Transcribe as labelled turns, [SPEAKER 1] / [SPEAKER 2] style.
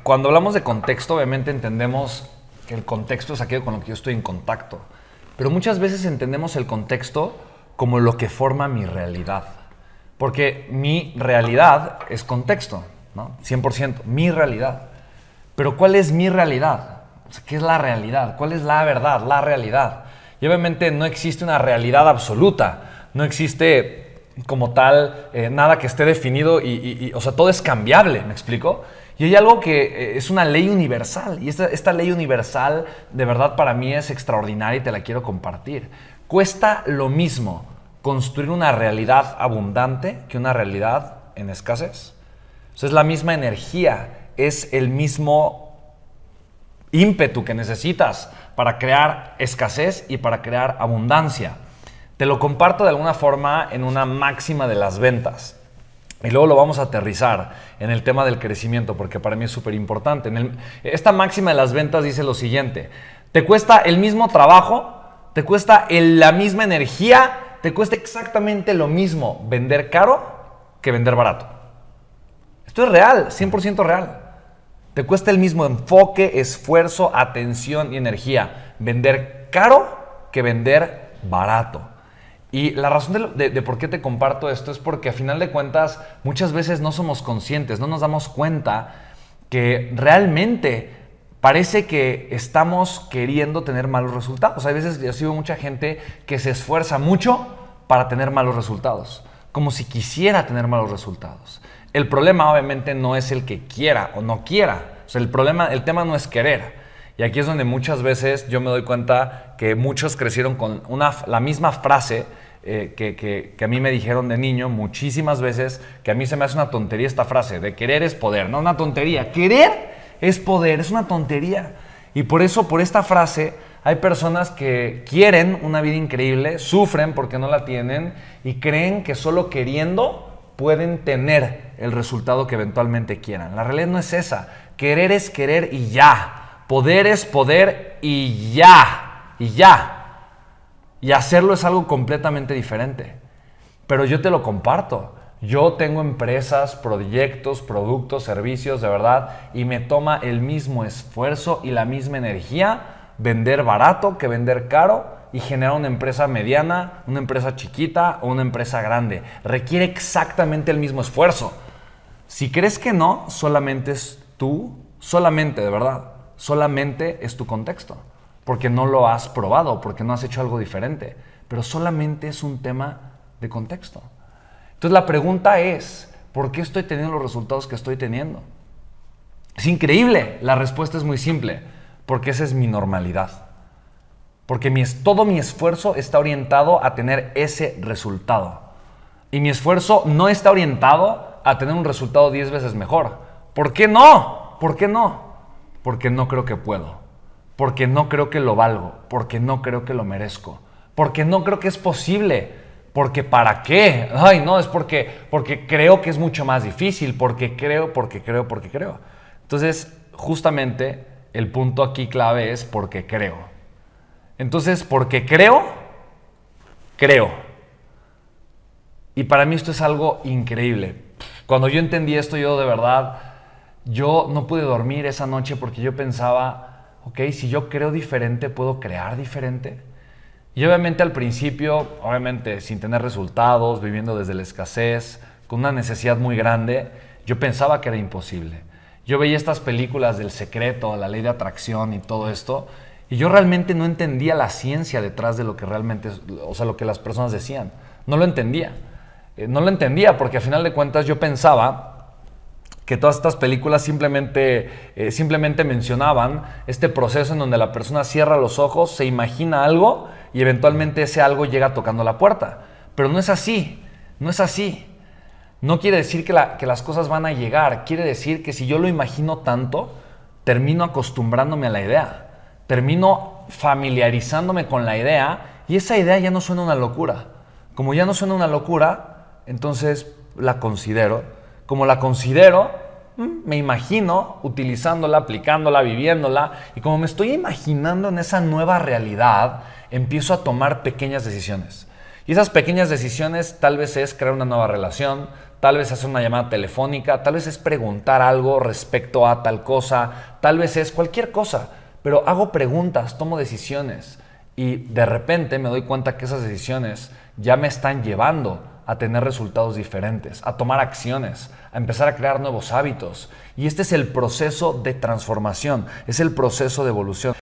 [SPEAKER 1] cuando hablamos de contexto, obviamente entendemos que el contexto es aquello con lo que yo estoy en contacto. Pero muchas veces entendemos el contexto como lo que forma mi realidad. Porque mi realidad es contexto, ¿no? 100%, mi realidad. Pero ¿cuál es mi realidad? O sea, ¿qué es la realidad? ¿Cuál es la verdad, la realidad? Y obviamente no existe una realidad absoluta. No existe como tal nada que esté definido o sea, todo es cambiable, ¿me explico? Y hay algo que es una ley universal. Y esta ley universal de verdad para mí es extraordinaria y te la quiero compartir. Cuesta lo mismo construir una realidad abundante que una realidad en escasez. O sea, es la misma energía, es el mismo ímpetu que necesitas para crear escasez y para crear abundancia. Te lo comparto de alguna forma en una máxima de las ventas. Y luego lo vamos a aterrizar en el tema del crecimiento, porque para mí es súper importante. Esta máxima de las ventas dice lo siguiente: te cuesta el mismo trabajo, te cuesta la misma energía, te cuesta exactamente lo mismo vender caro que vender barato. Esto es real, 100% real. Te cuesta el mismo enfoque, esfuerzo, atención y energía vender caro que vender barato. Y la razón de por qué te comparto esto es porque a final de cuentas muchas veces no somos conscientes, no nos damos cuenta que realmente parece que estamos queriendo tener malos resultados. Hay veces yo sigo mucha gente que se esfuerza mucho para tener malos resultados, como si quisiera tener malos resultados. El problema obviamente no es el que quiera o no quiera. O sea, el tema no es querer. Y aquí es donde muchas veces yo me doy cuenta que muchos crecieron con la misma frase que a mí me dijeron de niño muchísimas veces, que a mí se me hace una tontería esta frase, de querer es poder. No, una tontería. Querer es poder, es una tontería. Y por eso, por esta frase, hay personas que quieren una vida increíble, sufren porque no la tienen y creen que solo queriendo pueden tener el resultado que eventualmente quieran. La realidad no es esa. Querer es querer y ya. Poder es poder y ya. Y ya. Y hacerlo es algo completamente diferente. Pero yo te lo comparto. Yo tengo empresas, proyectos, productos, servicios, de verdad, y me toma el mismo esfuerzo y la misma energía vender barato que vender caro y generar una empresa mediana, una empresa chiquita o una empresa grande. Requiere exactamente el mismo esfuerzo. Si crees que no, solamente es tú, solamente, de verdad, solamente es tu contexto. Porque no lo has probado, porque no has hecho algo diferente. Pero solamente es un tema de contexto. Entonces la pregunta es, ¿por qué estoy teniendo los resultados que estoy teniendo? Es increíble. La respuesta es muy simple. Porque esa es mi normalidad. Porque todo mi esfuerzo está orientado a tener ese resultado. Y mi esfuerzo no está orientado a tener un resultado 10 veces mejor. ¿Por qué no? ¿Por qué no? Porque no creo que puedo. Porque no creo que lo valgo. Porque no creo que lo merezco. Porque no creo que es posible. Porque ¿para qué? Ay, no, es porque creo que es mucho más difícil. Porque creo. Entonces, justamente, el punto aquí clave es porque creo. Entonces, porque creo. Y para mí esto es algo increíble. Cuando yo entendí esto, yo de verdad, yo no pude dormir esa noche porque yo pensaba, ok, si yo creo diferente, ¿puedo crear diferente? Y obviamente al principio, obviamente sin tener resultados, viviendo desde la escasez, con una necesidad muy grande, yo pensaba que era imposible. Yo veía estas películas del secreto, la ley de atracción y todo esto, y yo realmente no entendía la ciencia detrás de lo que realmente, o sea, lo que las personas decían. No lo entendía. No lo entendía porque a final de cuentas yo pensaba que todas estas películas simplemente mencionaban este proceso en donde la persona cierra los ojos, se imagina algo y eventualmente ese algo llega tocando la puerta. Pero no es así, no es así. No quiere decir que las cosas van a llegar, quiere decir que si yo lo imagino tanto, termino acostumbrándome a la idea, termino familiarizándome con la idea y esa idea ya no suena una locura. Como ya no suena una locura, entonces la considero. Como la considero, me imagino utilizándola, aplicándola, viviéndola. Y como me estoy imaginando en esa nueva realidad, empiezo a tomar pequeñas decisiones. Y esas pequeñas decisiones tal vez es crear una nueva relación, tal vez hacer una llamada telefónica, tal vez es preguntar algo respecto a tal cosa, tal vez es cualquier cosa, pero hago preguntas, tomo decisiones y de repente me doy cuenta que esas decisiones ya me están llevando a tener resultados diferentes, a tomar acciones, a empezar a crear nuevos hábitos. Y este es el proceso de transformación, es el proceso de evolución.